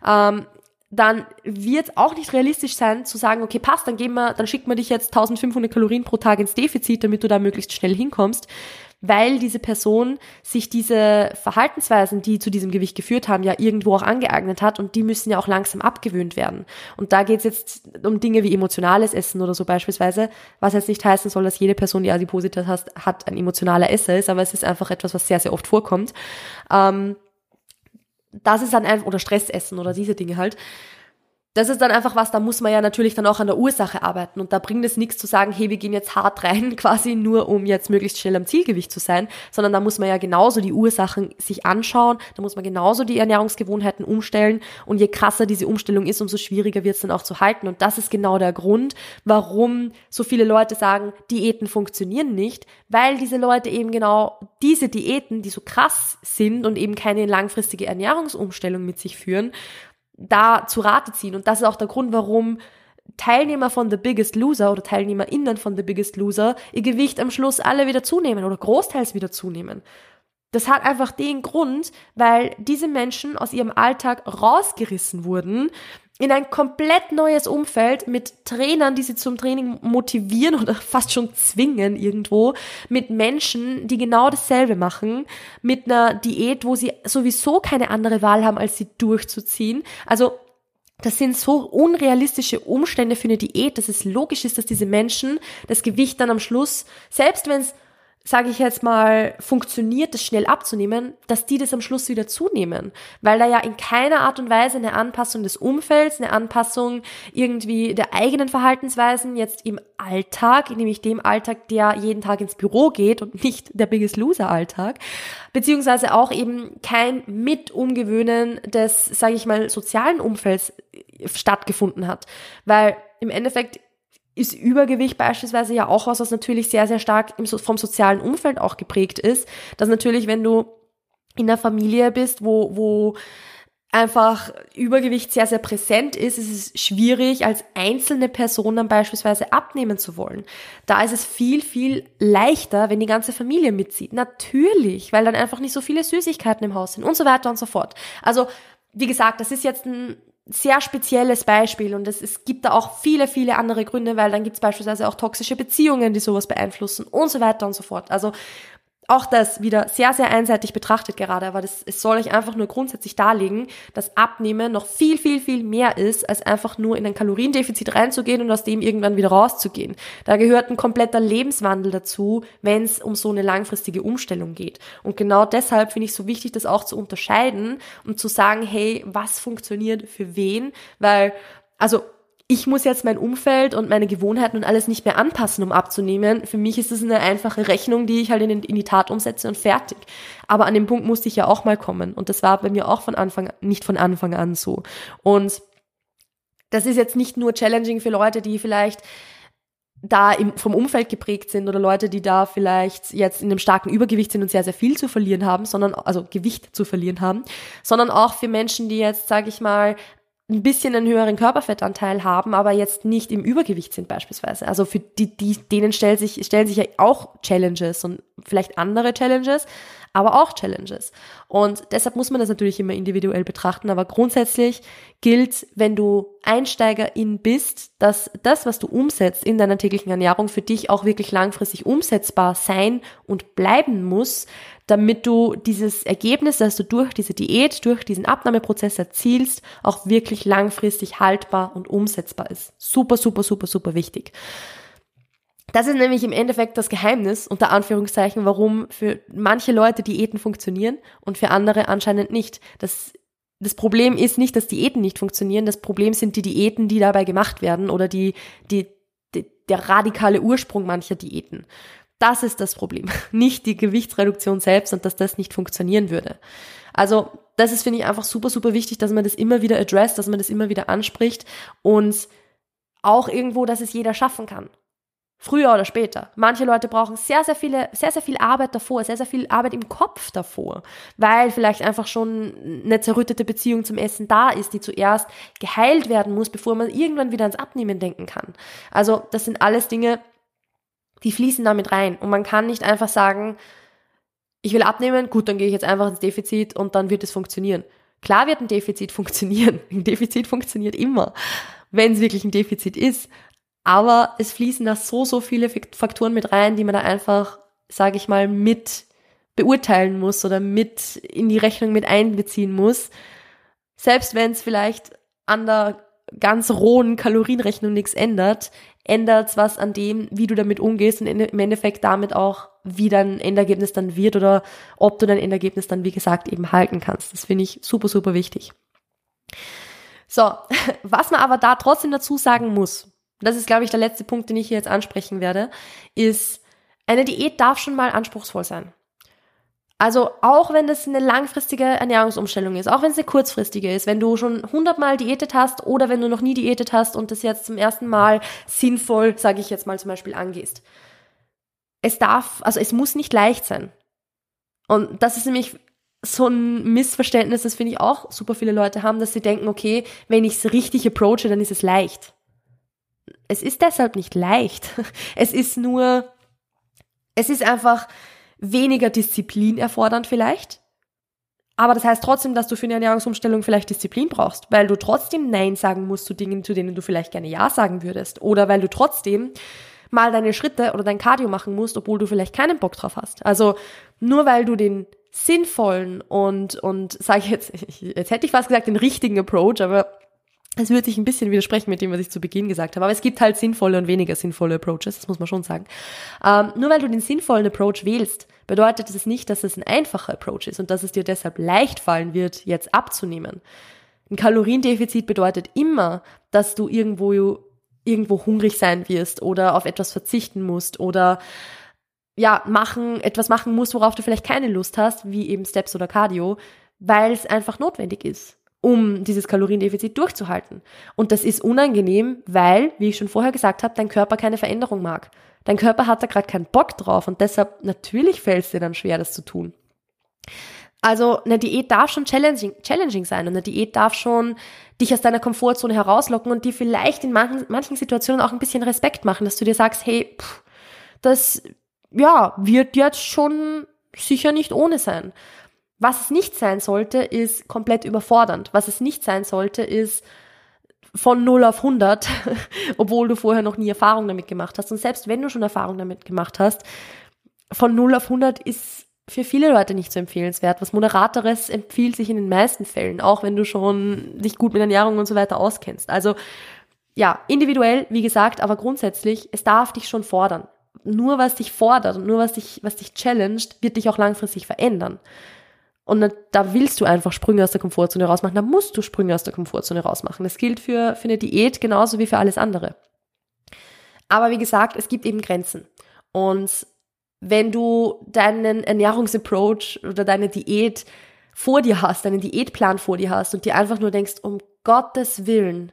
dann wird es auch nicht realistisch sein, zu sagen, okay, passt, dann schickt man dich jetzt 1500 Kalorien pro Tag ins Defizit, damit du da möglichst schnell hinkommst, weil diese Person sich diese Verhaltensweisen, die zu diesem Gewicht geführt haben, ja irgendwo auch angeeignet hat und die müssen ja auch langsam abgewöhnt werden. Und da geht es jetzt um Dinge wie emotionales Essen oder so beispielsweise, was jetzt nicht heißen soll, dass jede Person, die Adipositas hat, ein emotionaler Esser ist, aber es ist einfach etwas, was sehr, sehr oft vorkommt. Das ist dann einfach, oder Stressessen oder diese Dinge halt. Das ist dann einfach was, da muss man ja natürlich dann auch an der Ursache arbeiten und da bringt es nichts zu sagen, hey, wir gehen jetzt hart rein, quasi nur um jetzt möglichst schnell am Zielgewicht zu sein, sondern da muss man ja genauso die Ursachen sich anschauen, da muss man genauso die Ernährungsgewohnheiten umstellen und je krasser diese Umstellung ist, umso schwieriger wird es dann auch zu halten und das ist genau der Grund, warum so viele Leute sagen, Diäten funktionieren nicht, weil diese Leute eben genau diese Diäten, die so krass sind und eben keine langfristige Ernährungsumstellung mit sich führen, da zu Rate ziehen. Und das ist auch der Grund, warum Teilnehmer von The Biggest Loser oder TeilnehmerInnen von The Biggest Loser ihr Gewicht am Schluss alle wieder zunehmen oder großteils wieder zunehmen. Das hat einfach den Grund, weil diese Menschen aus ihrem Alltag rausgerissen wurden in ein komplett neues Umfeld mit Trainern, die sie zum Training motivieren oder fast schon zwingen irgendwo, mit Menschen, die genau dasselbe machen, mit einer Diät, wo sie sowieso keine andere Wahl haben, als sie durchzuziehen. Also das sind so unrealistische Umstände für eine Diät, dass es logisch ist, dass diese Menschen das Gewicht dann am Schluss, selbst wenn es, sage ich jetzt mal, funktioniert, das schnell abzunehmen, dass die das am Schluss wieder zunehmen. Weil da ja in keiner Art und Weise eine Anpassung des Umfelds, eine Anpassung irgendwie der eigenen Verhaltensweisen jetzt im Alltag, nämlich dem Alltag, der jeden Tag ins Büro geht und nicht der Biggest Loser Alltag, beziehungsweise auch eben kein Mit-Umgewöhnen des, sage ich mal, sozialen Umfelds stattgefunden hat. Weil im Endeffekt ist Übergewicht beispielsweise ja auch was natürlich sehr, sehr stark vom sozialen Umfeld auch geprägt ist. Dass natürlich, wenn du in einer Familie bist, wo einfach Übergewicht sehr, sehr präsent ist, ist es schwierig, als einzelne Person dann beispielsweise abnehmen zu wollen. Da ist es viel, viel leichter, wenn die ganze Familie mitzieht. Natürlich, weil dann einfach nicht so viele Süßigkeiten im Haus sind und so weiter und so fort. Also, wie gesagt, das ist jetzt ein sehr spezielles Beispiel und es gibt da auch viele, viele andere Gründe, weil dann gibt es beispielsweise auch toxische Beziehungen, die sowas beeinflussen und so weiter und so fort. Also auch das wieder sehr, sehr einseitig betrachtet gerade, aber es soll euch einfach nur grundsätzlich darlegen, dass Abnehmen noch viel, viel, viel mehr ist, als einfach nur in ein Kaloriendefizit reinzugehen und aus dem irgendwann wieder rauszugehen. Da gehört ein kompletter Lebenswandel dazu, wenn es um so eine langfristige Umstellung geht. Und genau deshalb finde ich es so wichtig, das auch zu unterscheiden und zu sagen, hey, was funktioniert für wen? Weil, also ich muss jetzt mein Umfeld und meine Gewohnheiten und alles nicht mehr anpassen, um abzunehmen. Für mich ist es eine einfache Rechnung, die ich halt in die Tat umsetze und fertig. Aber an dem Punkt musste ich ja auch mal kommen. Und das war bei mir auch nicht von Anfang an so. Und das ist jetzt nicht nur challenging für Leute, die vielleicht da vom Umfeld geprägt sind oder Leute, die da vielleicht jetzt in einem starken Übergewicht sind und sehr, sehr viel zu verlieren haben, also Gewicht zu verlieren haben, sondern auch für Menschen, die jetzt, sage ich mal, ein bisschen einen höheren Körperfettanteil haben, aber jetzt nicht im Übergewicht sind beispielsweise. Also für denen stellen sich ja auch Challenges und vielleicht andere Challenges, aber auch Challenges. Und deshalb muss man das natürlich immer individuell betrachten, aber grundsätzlich gilt, wenn du Einsteigerin bist, dass das, was du umsetzt in deiner täglichen Ernährung, für dich auch wirklich langfristig umsetzbar sein und bleiben muss, damit du dieses Ergebnis, das du durch diese Diät, durch diesen Abnahmeprozess erzielst, auch wirklich langfristig haltbar und umsetzbar ist. Super, super, super, super wichtig. Das ist nämlich im Endeffekt das Geheimnis, unter Anführungszeichen, warum für manche Leute Diäten funktionieren und für andere anscheinend nicht. Das Problem ist nicht, dass Diäten nicht funktionieren, das Problem sind die Diäten, die dabei gemacht werden oder der radikale Ursprung mancher Diäten. Das ist das Problem, nicht die Gewichtsreduktion selbst und dass das nicht funktionieren würde. Also das ist, finde ich, einfach super, super wichtig, dass man das immer wieder addresst, dass man das immer wieder anspricht und auch irgendwo, dass es jeder schaffen kann. Früher oder später. Manche Leute brauchen sehr, sehr viel Arbeit davor, sehr, sehr viel Arbeit im Kopf davor, weil vielleicht einfach schon eine zerrüttete Beziehung zum Essen da ist, die zuerst geheilt werden muss, bevor man irgendwann wieder ans Abnehmen denken kann. Also das sind alles Dinge, die fließen damit rein. Und man kann nicht einfach sagen, ich will abnehmen, gut, dann gehe ich jetzt einfach ins Defizit und dann wird es funktionieren. Klar wird ein Defizit funktionieren. Ein Defizit funktioniert immer, wenn es wirklich ein Defizit ist. Aber es fließen da so viele Faktoren mit rein, die man da einfach, sage ich mal, mit beurteilen muss oder mit in die Rechnung mit einbeziehen muss. Selbst wenn es vielleicht an der ganz rohen Kalorienrechnung nichts ändert es was an dem, wie du damit umgehst und im Endeffekt damit auch, wie dein Endergebnis dann wird oder ob du dein Endergebnis dann, wie gesagt, eben halten kannst. Das finde ich super, super wichtig. So, was man aber da trotzdem dazu sagen muss, das ist, glaube ich, der letzte Punkt, den ich hier jetzt ansprechen werde, ist, eine Diät darf schon mal anspruchsvoll sein. Also auch wenn das eine langfristige Ernährungsumstellung ist, auch wenn es eine kurzfristige ist, wenn du schon 100-mal diätet hast oder wenn du noch nie diätet hast und das jetzt zum ersten Mal sinnvoll, sage ich jetzt mal zum Beispiel, angehst. Es muss nicht leicht sein. Und das ist nämlich so ein Missverständnis, das finde ich auch super viele Leute haben, dass sie denken, okay, wenn ich es richtig approache, dann ist es leicht. Es ist deshalb nicht leicht. Es ist einfach weniger Disziplin erfordernd vielleicht. Aber das heißt trotzdem, dass du für eine Ernährungsumstellung vielleicht Disziplin brauchst, weil du trotzdem Nein sagen musst zu Dingen, zu denen du vielleicht gerne Ja sagen würdest. Oder weil du trotzdem mal deine Schritte oder dein Cardio machen musst, obwohl du vielleicht keinen Bock drauf hast. Also nur weil du den sinnvollen und sage ich jetzt hätte ich fast gesagt, den richtigen Approach, aber es würde sich ein bisschen widersprechen mit dem, was ich zu Beginn gesagt habe. Aber es gibt halt sinnvolle und weniger sinnvolle Approaches, das muss man schon sagen. Nur weil du den sinnvollen Approach wählst, bedeutet es nicht, dass es ein einfacher Approach ist und dass es dir deshalb leicht fallen wird, jetzt abzunehmen. Ein Kaloriendefizit bedeutet immer, dass du irgendwo hungrig sein wirst oder auf etwas verzichten musst oder etwas machen musst, worauf du vielleicht keine Lust hast, wie eben Steps oder Cardio, weil es einfach notwendig ist. um dieses Kaloriendefizit durchzuhalten. Und das ist unangenehm, weil, wie ich schon vorher gesagt habe, dein Körper keine Veränderung mag. Dein Körper hat da gerade keinen Bock drauf und deshalb natürlich fällt es dir dann schwer, das zu tun. Also eine Diät darf schon challenging sein und eine Diät darf schon dich aus deiner Komfortzone herauslocken und dir vielleicht in manchen Situationen auch ein bisschen Respekt machen, dass du dir sagst, hey, das wird jetzt schon sicher nicht ohne sein. Was es nicht sein sollte, ist komplett überfordernd. Was es nicht sein sollte, ist von 0 auf 100, obwohl du vorher noch nie Erfahrung damit gemacht hast. Und selbst wenn du schon Erfahrung damit gemacht hast, von 0 auf 100 ist für viele Leute nicht so empfehlenswert. Was Moderateres empfiehlt sich in den meisten Fällen, auch wenn du schon dich gut mit Ernährung und so weiter auskennst. Also ja, individuell, wie gesagt, aber grundsätzlich, es darf dich schon fordern. Nur was dich fordert und nur was dich challenged, wird dich auch langfristig verändern. Und da willst du einfach Sprünge aus der Komfortzone rausmachen, da musst du Sprünge aus der Komfortzone rausmachen. Das gilt für eine Diät genauso wie für alles andere. Aber wie gesagt, es gibt eben Grenzen. Und wenn du deinen Ernährungsapproach oder deine Diät vor dir hast, deinen Diätplan vor dir hast und dir einfach nur denkst, um Gottes Willen,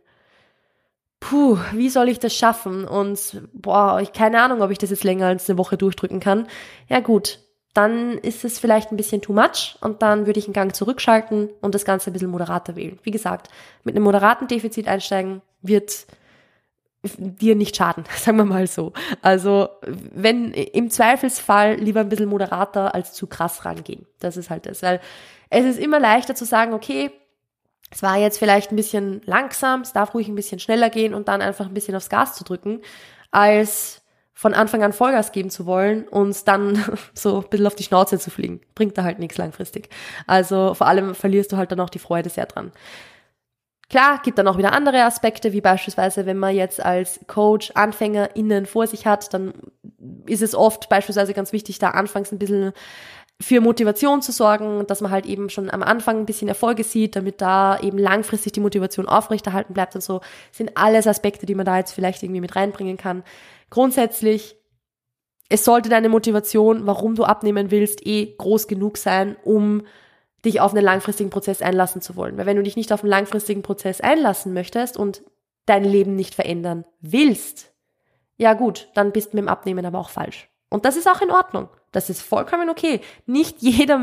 wie soll ich das schaffen? Und ich habe keine Ahnung, ob ich das jetzt länger als eine Woche durchdrücken kann. Ja gut, dann ist es vielleicht ein bisschen too much und dann würde ich einen Gang zurückschalten und das Ganze ein bisschen moderater wählen. Wie gesagt, mit einem moderaten Defizit einsteigen wird dir nicht schaden, sagen wir mal so. Also wenn im Zweifelsfall lieber ein bisschen moderater als zu krass rangehen. Das ist halt das, weil es ist immer leichter zu sagen, okay, es war jetzt vielleicht ein bisschen langsam, es darf ruhig ein bisschen schneller gehen und dann einfach ein bisschen aufs Gas zu drücken, als von Anfang an Vollgas geben zu wollen und dann so ein bisschen auf die Schnauze zu fliegen. Bringt da halt nichts langfristig. Also vor allem verlierst du halt dann auch die Freude sehr dran. Klar, gibt dann auch wieder andere Aspekte, wie beispielsweise, wenn man jetzt als Coach AnfängerInnen vor sich hat, dann ist es oft beispielsweise ganz wichtig, da anfangs ein bisschen für Motivation zu sorgen, dass man halt eben schon am Anfang ein bisschen Erfolge sieht, damit da eben langfristig die Motivation aufrechterhalten bleibt und so, sind alles Aspekte, die man da jetzt vielleicht irgendwie mit reinbringen kann. Grundsätzlich, es sollte deine Motivation, warum du abnehmen willst, groß genug sein, um dich auf einen langfristigen Prozess einlassen zu wollen. Weil wenn du dich nicht auf einen langfristigen Prozess einlassen möchtest und dein Leben nicht verändern willst, ja gut, dann bist du mit dem Abnehmen aber auch falsch. Und das ist auch in Ordnung. Das ist vollkommen okay. Nicht jeder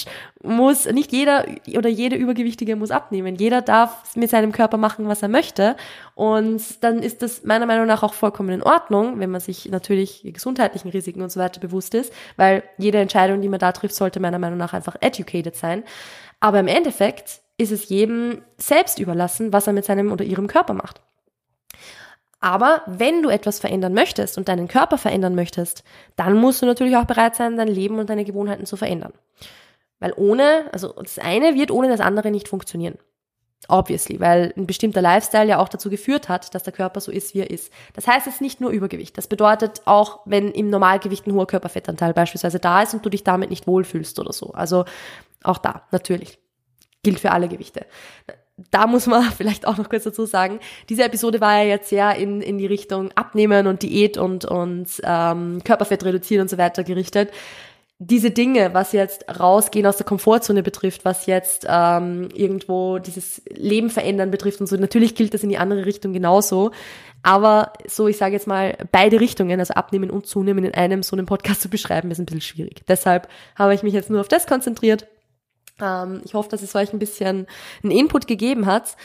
oder jede Übergewichtige muss abnehmen. Jeder darf mit seinem Körper machen, was er möchte. Und dann ist das meiner Meinung nach auch vollkommen in Ordnung, wenn man sich natürlich die gesundheitlichen Risiken und so weiter bewusst ist, weil jede Entscheidung, die man da trifft, sollte meiner Meinung nach einfach educated sein. Aber im Endeffekt ist es jedem selbst überlassen, was er mit seinem oder ihrem Körper macht. Aber wenn du etwas verändern möchtest und deinen Körper verändern möchtest, dann musst du natürlich auch bereit sein, dein Leben und deine Gewohnheiten zu verändern. Weil das eine wird ohne das andere nicht funktionieren. Obviously, weil ein bestimmter Lifestyle ja auch dazu geführt hat, dass der Körper so ist, wie er ist. Das heißt jetzt nicht nur Übergewicht. Das bedeutet auch, wenn im Normalgewicht ein hoher Körperfettanteil beispielsweise da ist und du dich damit nicht wohlfühlst oder so. Also auch da, natürlich. Gilt für alle Gewichte. Da muss man vielleicht auch noch kurz dazu sagen, diese Episode war ja jetzt sehr in die Richtung Abnehmen und Diät und Körperfett reduzieren und so weiter gerichtet. Diese Dinge, was jetzt rausgehen aus der Komfortzone betrifft, was jetzt irgendwo dieses Leben verändern betrifft und so, natürlich gilt das in die andere Richtung genauso. Aber so, ich sage jetzt mal, beide Richtungen, also Abnehmen und Zunehmen in einem so einem Podcast zu beschreiben, ist ein bisschen schwierig. Deshalb habe ich mich jetzt nur auf das konzentriert. Ich hoffe, dass es euch ein bisschen einen Input gegeben hat.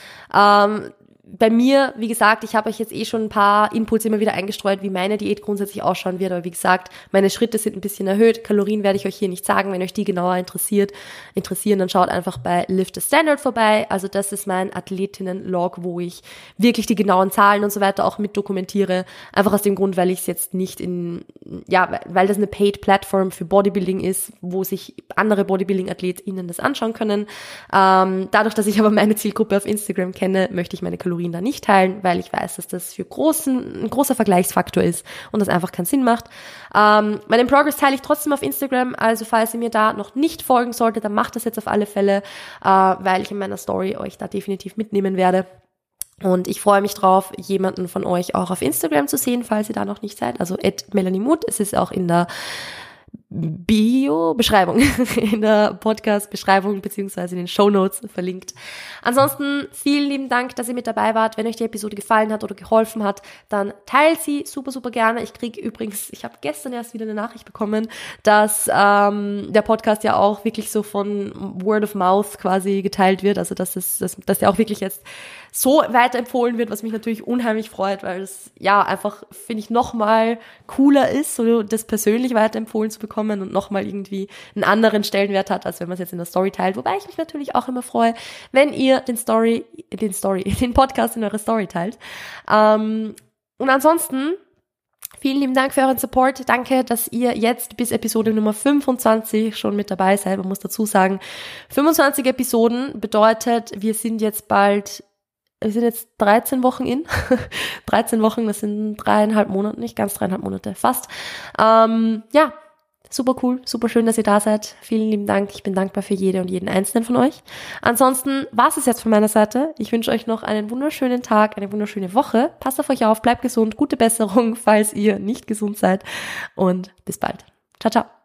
Bei mir, wie gesagt, ich habe euch jetzt schon ein paar Inputs immer wieder eingestreut, wie meine Diät grundsätzlich ausschauen wird. Aber wie gesagt, meine Schritte sind ein bisschen erhöht. Kalorien werde ich euch hier nicht sagen. Wenn euch die genauer interessieren, dann schaut einfach bei Lift the Standard vorbei. Also das ist mein Athletinnen-Log, wo ich wirklich die genauen Zahlen und so weiter auch mit dokumentiere. Einfach aus dem Grund, weil ich es jetzt nicht weil das eine Paid-Plattform für Bodybuilding ist, wo sich andere Bodybuilding-AthletInnen das anschauen können. Dadurch, dass ich aber meine Zielgruppe auf Instagram kenne, möchte ich meine Kalorien da nicht teilen, weil ich weiß, dass das für ein großer Vergleichsfaktor ist und das einfach keinen Sinn macht. Meinen Progress teile ich trotzdem auf Instagram, also falls ihr mir da noch nicht folgen solltet, dann macht das jetzt auf alle Fälle, weil ich in meiner Story euch da definitiv mitnehmen werde. Und ich freue mich drauf, jemanden von euch auch auf Instagram zu sehen, falls ihr da noch nicht seid, also @MelanieMut. Es ist auch in der Beschreibung, in der Podcast-Beschreibung beziehungsweise in den Shownotes verlinkt. Ansonsten vielen lieben Dank, dass ihr mit dabei wart. Wenn euch die Episode gefallen hat oder geholfen hat, dann teilt sie super, super gerne. Ich habe gestern erst wieder eine Nachricht bekommen, dass der Podcast ja auch wirklich so von Word of Mouth quasi geteilt wird, also dass der auch wirklich jetzt so weiterempfohlen wird, was mich natürlich unheimlich freut, weil es ja einfach, finde ich, nochmal cooler ist, so das persönlich weiterempfohlen zu bekommen und nochmal irgendwie einen anderen Stellenwert hat, als wenn man es jetzt in der Story teilt. Wobei ich mich natürlich auch immer freue, wenn ihr den Podcast in eurer Story teilt. Und ansonsten vielen lieben Dank für euren Support. Danke, dass ihr jetzt bis Episode Nummer 25 schon mit dabei seid. Man muss dazu sagen, 25 Episoden bedeutet, wir sind jetzt 13 Wochen in. 13 Wochen, das sind 3,5 Monate, nicht ganz 3,5 Monate, fast. Ja, super cool, super schön, dass ihr da seid. Vielen lieben Dank. Ich bin dankbar für jede und jeden einzelnen von euch. Ansonsten war es jetzt von meiner Seite. Ich wünsche euch noch einen wunderschönen Tag, eine wunderschöne Woche. Passt auf euch auf, bleibt gesund, gute Besserung, falls ihr nicht gesund seid. Und bis bald. Ciao, ciao.